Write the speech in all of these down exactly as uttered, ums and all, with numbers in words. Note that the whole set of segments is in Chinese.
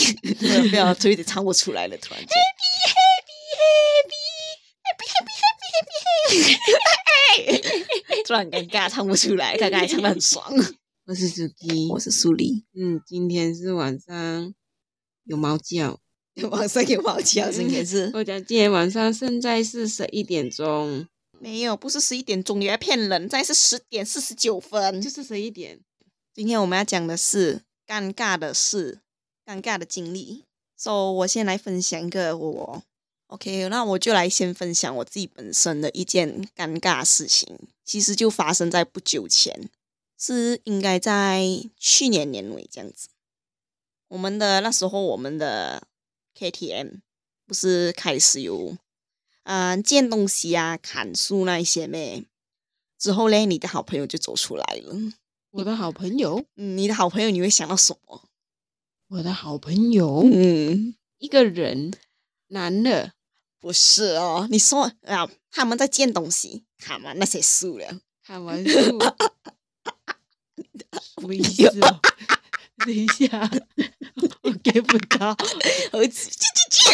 不要，就有点唱不出来了，突然间。Happy happy happy happy happy happy happy， 突然尴尬，唱不出来。刚刚还唱得很爽。 我是苏基， 我是苏黎。 嗯，今天是晚上有猫叫， 晚上有猫叫，今天是。 我讲今天晚上现在是十一点钟。 没有，不是十一点钟，你在骗人。现在是十点四十九分， 就是十一点。 今天我们要讲的是尴尬的事，尴尬的经历。So 我先来分享一个我 ，OK， 那我就来先分享我自己本身的一件尴尬事情。其实就发生在不久前，是应该在去年年尾这样子。我们的那时候我们的 K T M 不是开始有嗯、呃、建东西啊、砍树那一些咩？之后嘞，你的好朋友就走出来了。 我的好朋友， 嗯，你的好朋友你会想到什么？ 我的好朋友， 嗯， 一个人，男的， 不是哦。你说啊，他们在建东西，砍完那些树了， 砍完树，什么意思哦？等一下，我 get 不到， 儿子，叽叽叽。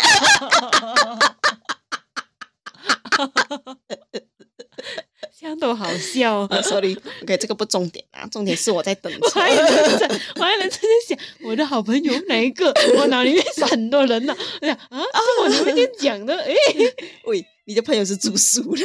这样都好笑哦。 oh, sorry OK 这个不重点啊，重点是我在等车。 我还能我还能在想我的好朋友哪一个，我脑里面是很多人呢、啊。我想啊，是我那边讲的。诶喂，你的朋友是住宿的。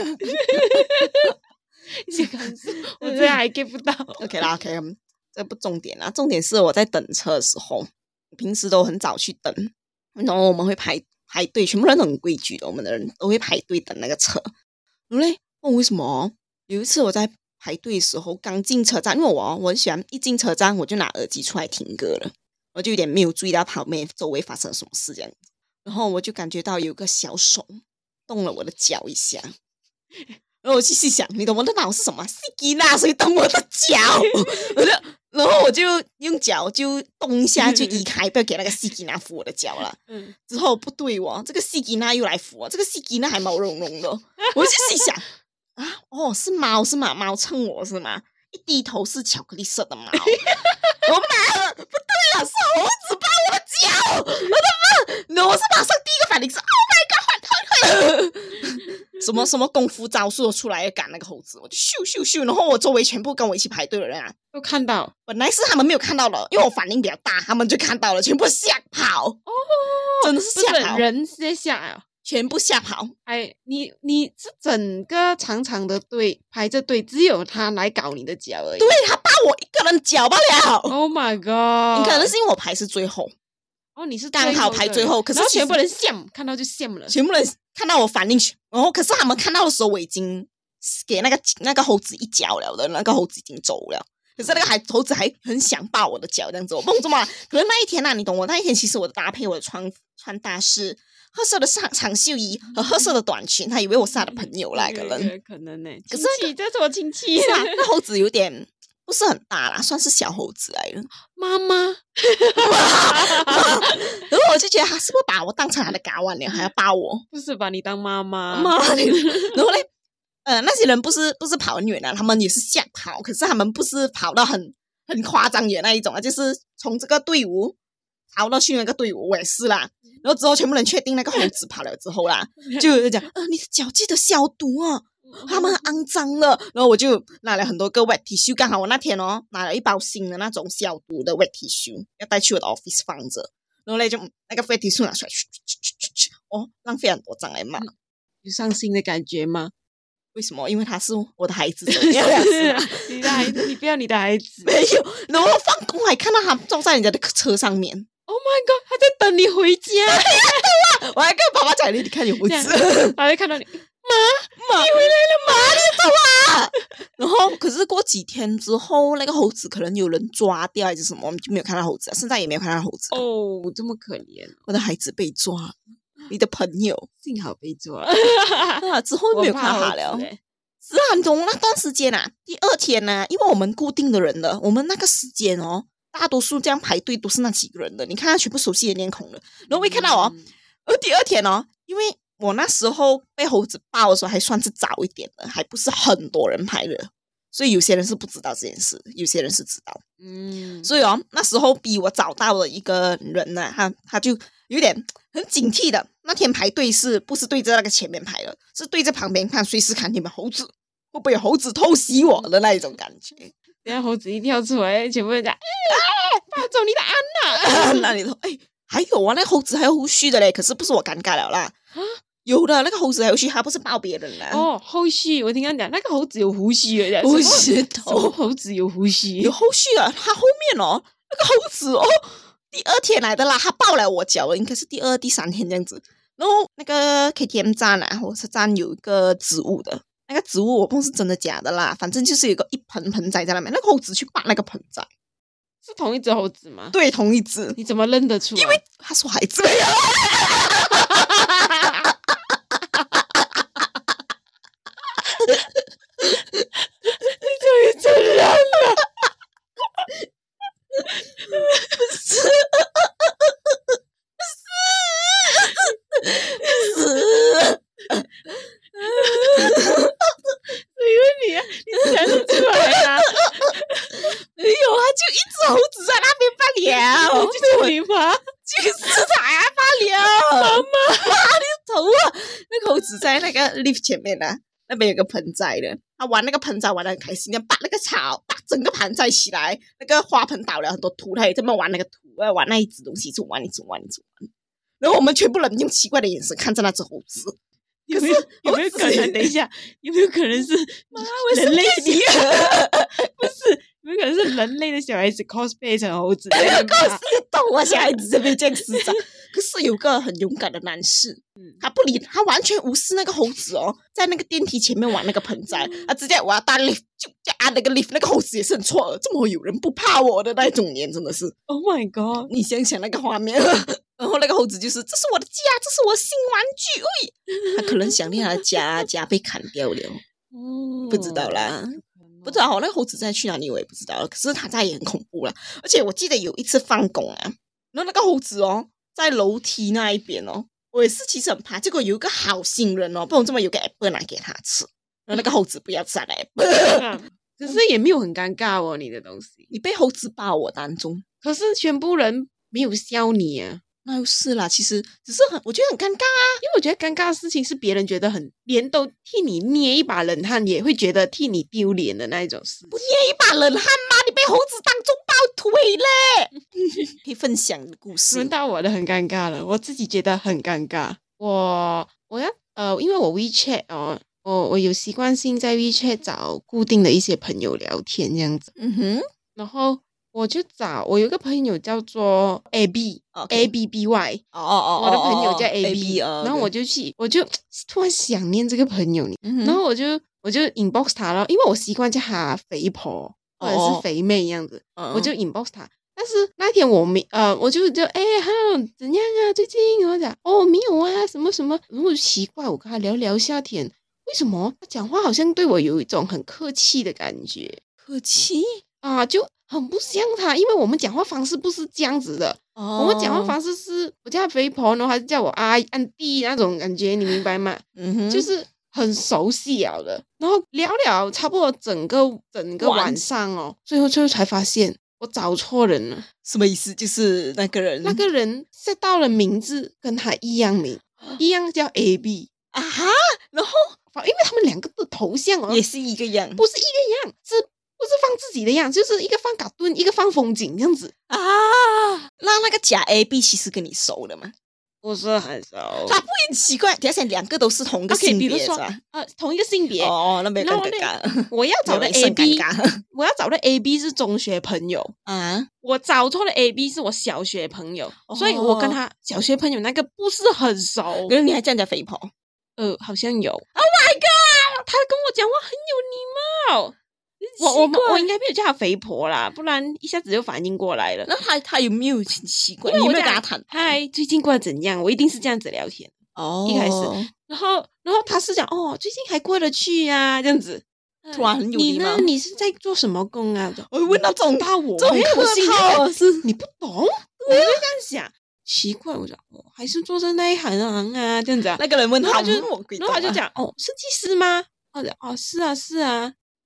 你看我这还 get 不到。 OK 啦 OK， 这不重点啦，重点是我在等车的时候，平时都很早去等，然后我们会排排队，全部人都很规矩的，我们的人都会排队等那个车。然后嘞，问为什么？有一次我在排队的时候，刚进车站，因为我我很喜欢一进车站我就拿耳机出来听歌了，我就有点没有注意到旁边周围发生什么事这样子。然后我就感觉到有个小手动了我的脚一下，然后我继续想，你懂我的脑是什么？司机那谁动我的脚？我就然后我就用脚就动一下就移开，不要给那个司机那扶我的脚了。嗯，之后不对哦，这个司机那又来扶我，这个司机那还毛茸茸的，我就心想啊，哦，是猫是吗？猫蹭我是吗？一低头是巧克力色的猫，我妈不对了，是猴子扒我的脚，我的妈！然后我是马上第一个反应是 ，Oh my god， 换换换！什么什么功夫招数都出来赶那个猴子，我就咻咻咻，然后我周围全部跟我一起排队的人啊， 都看到， 本来是他们没有看到了，因为我反应比较大，他们就看到了，全部吓跑，哦，真的是吓跑， 人直接吓啊！ 全部吓跑！ 哎，你你是整个长长的队排着队，只有他来搞你的脚而已。 对，他扒我一个人脚罢了。 Oh my god！ 你可能是因为我排是最后， 哦，你是刚好排最后，可是全部人羡看到就羡了， 全部人看到我反应，然后可是他们看到的时候，我已经给那个那个猴子一脚了的，那个猴子已经走了。可是那个还猴子还很想抱我的脚，这样子我蹦着嘛。可能那一天啊，你懂我那一天，其实我的搭配，我的穿穿搭是褐色的长长袖衣和褐色的短裙，他以为我是他的朋友来，可能可能呢、欸。 可是、 那個、这是我亲戚是啊，那猴子有点不是很大啦，算是小猴子来的。 妈妈， 然后我就觉得他是不是把我当成他的嘎完了，还要抱我？ 不是把你当妈妈？ 妈，然后嘞。呃，那些人不是不是跑很远啊，他们也是吓跑，可是他们不是跑到很很夸张远那一种啊，就是从这个队伍跑到去那个队伍，我也是啦。然后之后全部人确定那个猴子跑了之后啦，就有人讲，呃，你的脚记得消毒啊，他们很肮脏了。然后我就拿了很多个 wet tissue， 刚好我那天哦拿了一包新的那种消毒的 wet tissue， 要带去我的 office 放着。然后嘞就那个 wet tissue 拿出来，哦，浪费很多张来嘛， 有伤心的感觉吗？ 为什么？因为他是我的孩子， 你的孩子，你不要你的孩子。 没有，然后我放工还看到他坐在人家的车上面。 Oh my god， 他在等你回家。 我还跟爸爸讲，你看有胡子， 他会看到你，妈， 妈，你回来了，妈，你走啊！然后，可是过几天之后，那个猴子可能有人抓掉还是什么，我们就没有看到猴子了，现在也没有看到猴子。 哦，这么可怜， 我的孩子被抓。你的朋友幸好被抓啊，之后没有看到他了。是啊，你懂那段时间啊，第二天呢、啊，因为我们固定的人的，我们那个时间哦，大多数这样排队都是那几个人的，你看他全部熟悉的脸孔了，然后我一看到哦，而、嗯、第二天哦，因为我那时候被猴子抱的时候还算是早一点的，还不是很多人排的， 所以有些人是不知道这件事，有些人是知道。 嗯， 所以哦，那时候逼我找到了一个人呢、啊，他他就有点很警惕的。那天排队是不是对着那个前面排的，是对着旁边看，随时看你们猴子会不会有猴子偷袭我的那一种感觉。 等下猴子一跳出来，全部人讲：“哎，抱走你的安娜！” 那里头哎，还有啊，那个猴子还有胡须的嘞，可是不是我尴尬了啦。有的那个猴子还有胡须，他不是抱别人啦。 哦，后续我听他讲，那个猴子有胡须的， 胡须头， 什么猴子有胡须？ 有后续的，他后面哦，那个猴子哦，第二天来的啦，他抱来我脚了，应该是第二、第三天这样子。然后那个 K T M 站啊，火车站有一个植物的，那个植物我不知道是真的假的啦，反正就是有一个一盆盆栽在那边，那个猴子去拔那个盆栽， 是同一只猴子吗？ 对，同一只。 你怎么认得出来？ 因为他说孩子没有。 你终于承认了。 不是，不是，不是。 因为你啊，你讲得出来啊。 没有啊，就一只猴子在那边罢了。 就是你吗？ 就是他呀，罢了。妈妈，哇，你的头啊！那个猴子在那个 lift 前面呢，那边有个盆栽的，他玩那个盆栽玩得很开心，把那个草，把整个盆栽起来，那个花盆倒了很多土，他也这么玩那个土，玩那一只东西，一直玩，一直玩，一直玩。然后我们全部人用奇怪的眼神看着那只猴子。 有没有有没有可能？等一下，有没有可能是人类你？ 不是，有没有可能是人类的小孩子 cosplay 成猴子？ 那个是懂啊，小孩子这边这样施展。可是有个很勇敢的男士，嗯，他不理，他完全无视那个猴子哦，在那个电梯前面玩那个盆栽，他直接我要搭 lift 就就按那个 lift， 那个猴子也是很错愕，这么有人不怕我的那种脸，真的是 ，Oh my god！ 你想想那个画面。然后那个猴子就是，这是我的家，这是我新玩具，喂，他可能想念他的家，家被砍掉了，哦，不知道啦，不知道那个猴子在去哪里，我也不知道。可是他在也很恐怖啦，而且我记得有一次放工啊，然后那个猴子哦，在楼梯那一边哦，我也是其实很怕，结果有一个好心人哦，不懂这么有个 apple 拿给他吃，然后那个猴子不要吃他的 apple， 可是也没有很尴尬哦，你的东西， 你被猴子抱我当中， 可是全部人没有笑你啊。 那就是啦，其实只是很，我觉得很尴尬啊， 因为我觉得尴尬的事情是别人觉得很，连都替你捏一把冷汗，也会觉得替你丢脸的那一种事。 不捏一把冷汗吗？你被猴子当中抱腿嘞！可以分享的故事。 轮到我的很尴尬了，我自己觉得很尴尬。我我要呃，因为我 WeChat 哦，我我有习惯性在 WeChat 找固定的一些朋友聊天这样子。 嗯哼， 然后我就找我有一个朋友叫做 A B A B B Y， 哦哦， 我的朋友叫 A B， 然后我就去，我就突然想念这个朋友， 嗯、 然后我就我就 inbox 他了，因为我习惯叫他肥婆或者是肥妹这样子，哦、我就 inbox 他。但是那天我没呃，我就就哎哈怎样啊？最近我讲哦没有啊，什么什么，然后我就奇怪，我跟他聊聊下天，为什么他讲话好像对我有一种很客气的感觉？ 客气啊，就。很不像他，因为我们讲话方式不是这样子的。哦、我们讲话方式是我叫他肥婆，然后还是叫我阿安弟那种感觉，你明白吗？嗯哼，就是很熟悉了的。然后聊聊差不多整个整个晚上哦，最后最后才发现我找错人了。 什么意思？就是那个人， 那个人set到了名字跟他一样名，一样叫 A B 啊哈，然后因为他们两个的头像哦也是一个样， 不是一个样，是。不是放自己的样，就是一个放卡顿，一个放风景这样子啊。那那个假 A B 其实跟你熟的吗？ 不是很熟。 他不很奇怪，而且两个都是同一个性别， okay, 比如说是吧？ 呃，同一个性别哦，那边更尴尬。 我要找的 A B， 我要找的 A B 是中学朋友啊，我找错了 A B 是我小学朋友，哦、所以我跟他小学朋友那个不是很熟。 可是你还这样叫肥婆？ 呃，好像有。Oh my god！ 他跟我讲话很有礼貌。我我我应该没有叫她肥婆啦，不然一下子就反应过来了。 那他他有没有习惯？你有没有跟他谈？ 嗨，最近过得怎样？我一定是这样子聊天哦。一开始，然后然后他是讲哦，最近还过得去啊，这样子。 突然很有礼貌。 你呢？你是在做什么工啊？ 我会问到这种大我， 这种客套是你不懂，我会这样想。奇怪，我讲哦，还是做在那一行啊，这样子啊。 那个人问他， 就然后他就讲哦，设计师吗？或者哦，是啊是啊。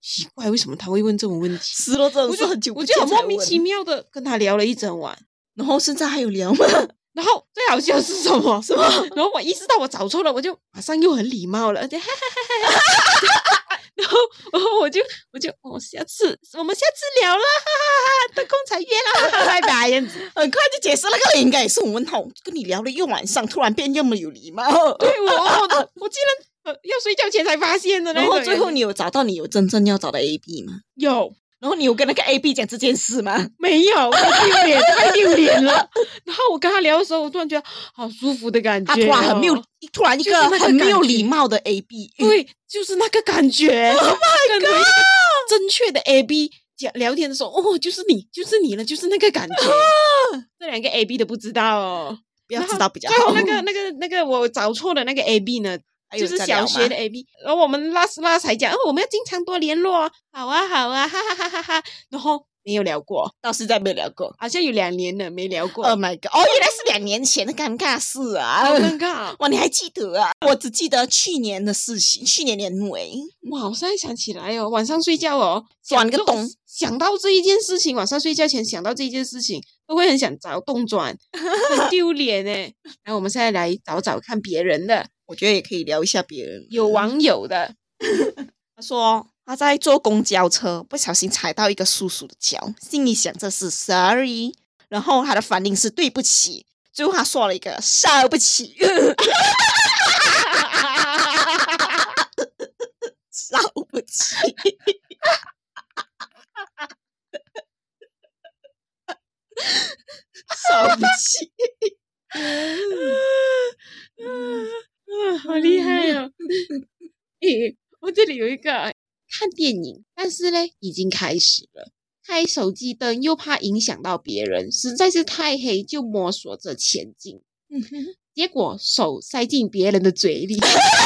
奇怪，为什么他会问这种问题？ 是咯，这种是很久不见才问， 我就很莫名其妙的跟他聊了一整晚， 然后现在还有聊吗？ 然后最好笑是什么？什么？然后我意识到我找错了，我就马上又很礼貌了，就哈哈哈哈。然后，然后我就我就哦，下次我们下次聊了，哈哈哈，得空才约啦，哈哈，拜拜，这样子， 很快就解释。那个人应该也是我问号，跟你聊了一晚上，突然变这么有礼貌。 对我，我竟然、呃、要睡觉前才发现的那然种。 后最后你有找到你有真正要找的 A B 吗？ 有。 然后你有跟那个 A B 讲这件事吗？ 没有，太丢脸，太丢脸了。然后我跟他聊的时候，我突然觉得好舒服的感觉、哦。 他突然很没有，突然一个很没有礼貌的 A B， 对，就是那个感觉。 Oh my god！ 正确的 A B 讲聊天的时候，哦，就是你，就是你了，就是那个感觉。这两个 A B 都不知道哦， 不要知道比较好。 最后那个、那个、那个我找错的那个 A B 呢？就是小学的 A B， 然后我们那那才讲，哦，我们要经常多联络，好啊好啊，哈哈哈哈哈。然后没有聊过， 到现在没有聊过， 好像有两年了没聊过。 Oh my god！ 哦，原来是两年前的尴尬事啊， 好尴尬。 哇，你还记得啊？我只记得去年的事情，去年年尾。 哇，我现在想起来哦，晚上睡觉哦， 钻个洞， 想到这一件事情，晚上睡觉前想到这一件事情，都会很想找洞钻，很丢脸哎。然后我们现在来找找看别人的， 我觉得也可以聊一下别人。 有网友的， 他说他在坐公交车，不小心踩到一个叔叔的脚，心里想这是 sorry， 然后他的反应是对不起，最后他说了一个烧不起，烧不起。烧不起。 好厉害哦！诶，我这里有一个看电影，但是呢已经开始了，开手机灯又怕影响到别人，实在是太黑，就摸索着前进，结果手塞进别人的嘴里。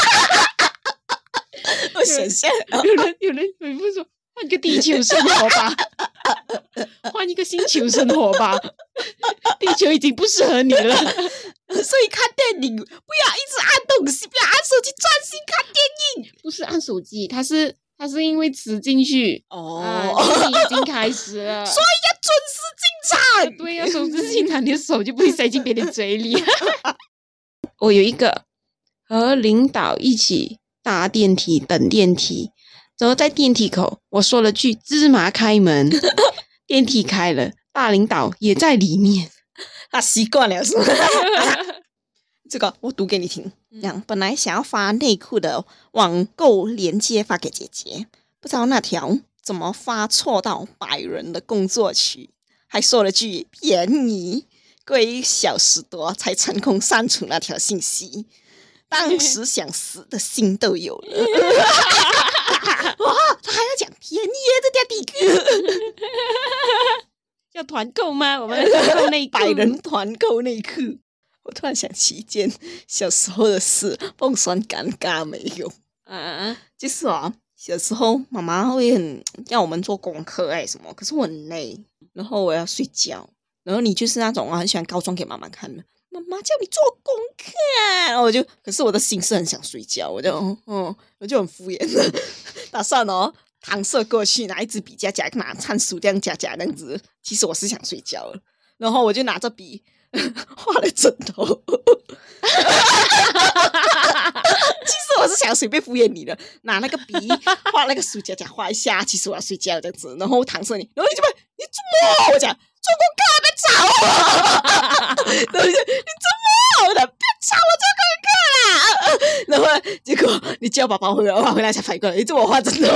我想象有人有人回复说，换个地球生活吧，换一个星球生活吧，地球已经不适合你了。 所以看电影不要一直按东西，不要按手机，专心看电影。 不是按手机，它是它是因为吃进去哦， 啊，电影已经开始了， 所以要准时进场。 对呀、啊，手指进场，你的手就不会塞进别人嘴里。我有一个和领导一起搭电梯等电梯，然后在电梯口我说了句芝麻开门，电梯开了，大领导也在里面。 他习惯了是吧？这个我读给你听。讲本来想要发内裤的网购链接发给姐姐，不知道那条怎么发错到百人的工作区，还说了句便宜，过一小时多才成功删除那条信息。当时想死的心都有了。哇，他还要讲便宜耶，这条底裤。 要团购吗？我们团购内裤， 百人团购内裤。我突然想起一件小时候的事，不算尴尬没有啊， 就是啊，小时候妈妈会很要我们做功课哎什么，可是我很累，然后我要睡觉，然后你就是那种啊很喜欢告状给妈妈看的，妈妈叫你做功课啊，然后我就，可是我的心是很想睡觉，我就嗯嗯，我就很敷衍的打算哦。搪塞过去，拿一支笔夹夹，拿参数这样夹夹这样子。其实我是想睡觉了，然后我就拿着笔画了枕头。其实我是想随便敷衍你的，拿那个笔画那个数夹夹画一下。其实我要睡觉这样子，然后搪塞你，然后你就问你怎么？我讲做功课别吵我，然后你就你怎么？我讲别吵我做功课啦。然后结果你叫爸爸回来，爸爸回来才反应过来，你怎么画枕头？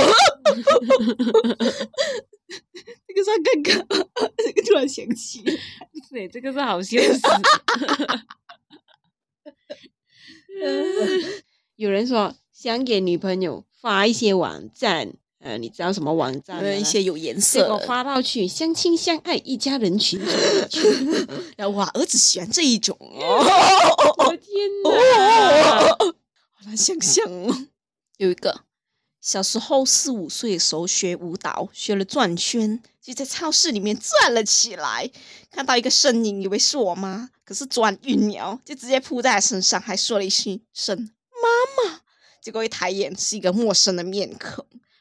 这个算尴尬，这个突然想起， 对，这个是好笑的事。有人说想给女朋友发一些网站，呃，你知道什么网站吗？ 一些有颜色， 结果发到去相亲相爱一家人群组群， 然后哇，儿子喜欢这一种哦！ 我天哪， 好难想象哦。有一个小时候四五岁的时候学舞蹈，学了转圈，就在超市里面转了起来，看到一个身影，以为是我妈，可是转晕了，就直接扑在她身上，还说了一声声妈妈，结果一抬眼是一个陌生的面孔，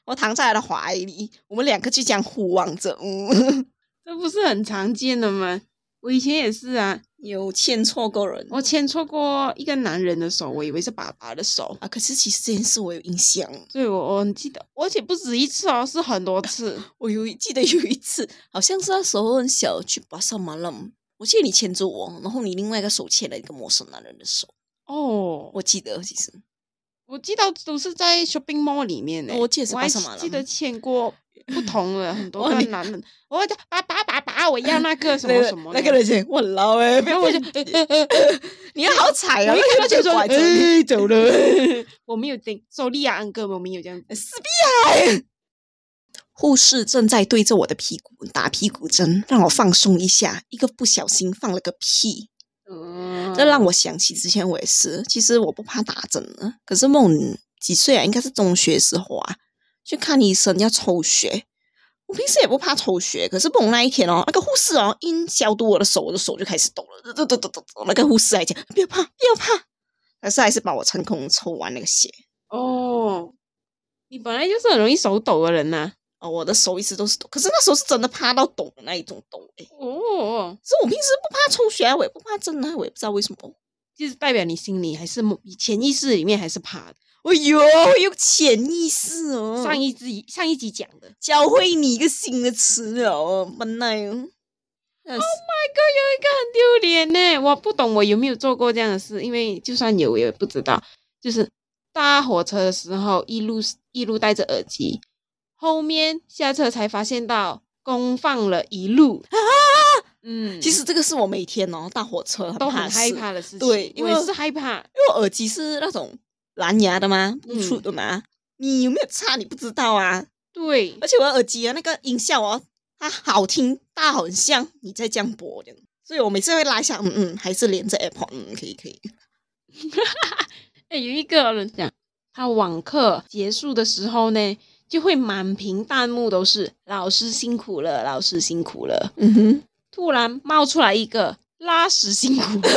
我躺在他的怀里，我们两个就这样互望着。嗯， 这不是很常见的吗？我以前也是啊， 有牵错过人， 我牵错过一个男人的手，我以为是爸爸的手啊。可是其实这件事我有印象， 对，我我很记得，而且不止一次哦，是很多次。 我有记得有一次，好像是那时候很小去巴萨马朗，我记得你牵着我，然后你另外一个手牵了一个陌生男人的手。 哦， 我记得，其实我记得都是在 shopping mall 里面呢、 哦。我记得是我还巴萨马朗， 记得牵过不同的很多个男人，我叫爸爸爸爸，我要那个什么什么那个人讲我老哎， 然后我就你好踩啊！ 我一看到就说哎走了，我没有听，sorry啊，安哥，我没有这样子。 死逼孩！护士正在对着我的屁股打屁股针，让我放松一下，一个不小心放了个屁。 嗯， 这让我想起之前我也是，其实我不怕打针的，可是梦几岁啊？应该是中学时候啊，去看医生要抽血。我平时也不怕抽血，可是梦那一天哦，那个护士哦，一消毒我的手，我的手就开始抖了，抖抖抖抖抖。那个护士还讲不要怕，不要怕，可是还是把我成功抽完那个血。 哦，你本来就是很容易手抖的人呐、啊。 哦，我的手一直都是抖，可是那时候是真的怕到抖的那一种抖诶。 哦， 是我平时不怕抽血啊，我也不怕针啊，我也不知道为什么。 就是代表你心里还是潜意识里面还是怕的。 哎呦，有潜意识哦！ 上一集上一集讲的， 教会你一个新的词哦，笨奶哦。 Oh my god， 有一个很丢脸呢，我不懂我有没有做过这样的事，因为就算有我也不知道。就是搭火车的时候，一路一路戴着耳机。后面下车才发现到公放了一路啊，嗯， 其实这个是我每天哦搭火车很都很害事怕的事情， 对，因为我也是害怕， 因为我耳机是那种蓝牙的嘛，不出的嘛，嗯、你有没有插你不知道啊？ 对， 而且我的耳机的那个音效哦，它好听大很像你在这样播的，所以我每次会拉一下，嗯嗯，还是连着 AirPod， 嗯，可以可以。 哎、欸，有一个人讲，他网课结束的时候呢。就会满屏弹幕都是老师辛苦了，老师辛苦了。 嗯哼， 突然冒出来一个拉屎辛苦了。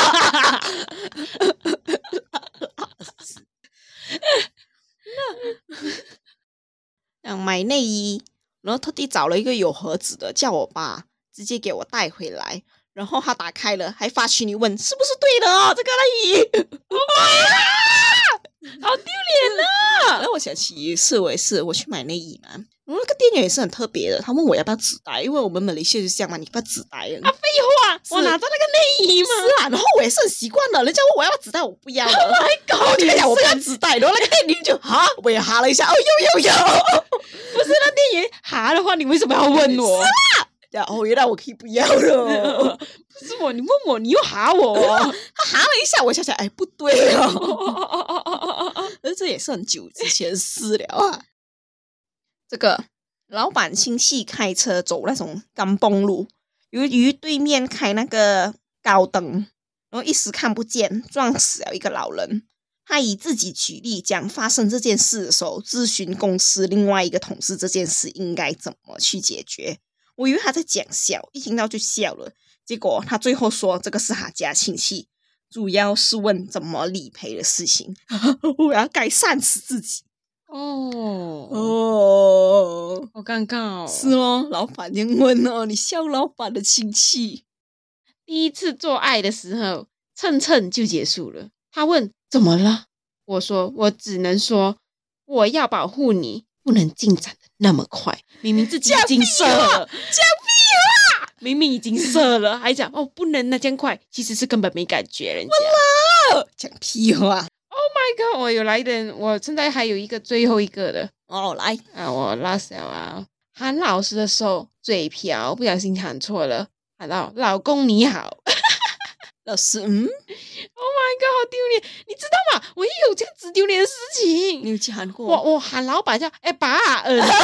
想买内衣，然后特地找了一个有盒子的，叫我爸直接给我带回来。然后他打开了，还发群里问是不是对的哦，这个内衣。Oh my god！ 好丢脸啊！ 然后我想起一次，我也是我去买内衣嘛，然后那个店员也是很特别的，他问我要不要纸袋，因为我们马来西亚就这样嘛，你不要纸袋啊？ 废话，我拿着那个内衣嘛。 是啊，然后我也是很习惯的，人家问我要不要纸袋，我不要了。 Oh my god！ 我就讲我不要纸袋，然后那个店员就哈，我也哈了一下，哦有有有， 不是那店员哈的话，你为什么要问我？ 是啦。哦，原来我可以不要了。 不是我，你问我，你又哈我。 他哈了一下，我想想，哎，不对哦。而这也是很久之前的事了啊。这个老板亲戚开车走那种甘崩路，由于对面开那个高灯，然后一时看不见，撞死了一个老人。他以自己举例讲发生这件事的时候，咨询公司另外一个同事这件事应该怎么去解决。我以为他在讲笑，一听到就笑了。结果他最后说这个是他家亲戚，主要是问怎么理赔的事情。我要改善死自己。 哦哦， 好尴尬哦。 是哦，老板娘问哦，你笑老板的亲戚。 第一次做爱的时候，蹭蹭就结束了。他问怎么了？我说我只能说我要保护你，不能进展的那么快。明明自己已经射了， 讲屁话！ 明明已经射了，还讲哦不能那这样快，其实是根本没感觉。人家讲屁话 ！Oh my god！ 我有来的，我现在还有一个最后一个的哦，来啊，我拉小啊，喊老师的时候嘴瓢，不小心喊错了，喊到老公你好。 老师，嗯 ，Oh my god， 好丢脸！你知道吗？我也有这样子丢脸的事情。 你有去喊过？ 我我喊老板叫哎爸，嗯 ，Oh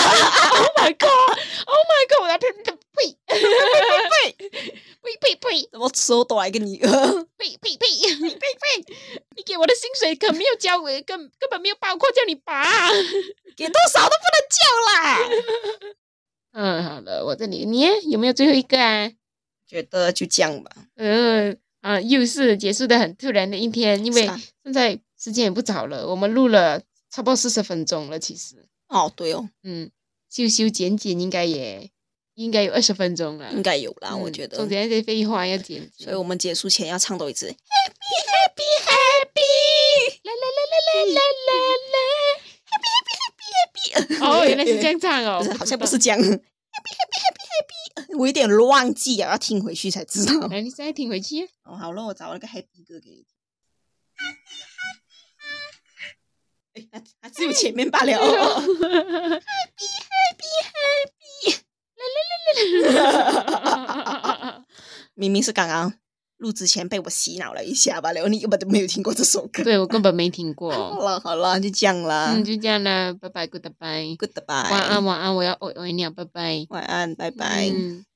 my god，Oh my god， 我要呸呸呸呸呸呸呸， 怎么吃都来个你？ 呸呸呸呸呸呸！你给我的薪水可没有交，根根本没有包括叫你爸， 给多少都不能叫啦。 嗯，好了，我这里你有没有最后一个啊？ 觉得就这样吧。 嗯。啊，又是结束的很突然的一天，因为现在时间也不早了，我们录了差不多四十分钟了，其实。 哦，对哦， 嗯，修修剪剪应该也应该有二十分钟了， 应该有啦， 嗯、 我觉得。 中间那些废话要剪， 所以我们结束前要唱多一次 Happy Happy Happy，啦啦啦啦啦啦啦 Happy Happy Happy Happy。 哦，原来是这样唱哦， 不是，好像不是这样。Happy Happy Happy Happy，我有点忘记啊，要听回去才知道。 来，你再听回去、啊。 哦，好了，我找了个 Happy 歌给你。哎，它它只有前面罢了。Happy Happy Happy，啦啦啦啦啦。明明是刚刚录之前被我洗脑了一下罢了，你根本都没有听过这首歌。 对，我根本没听过。 好了好了，就这样啦。 嗯，就这样啦，拜拜 ，goodbye，goodbye， 晚安晚安晚安，我要哦哦你好，拜拜， 晚安，拜拜。 嗯。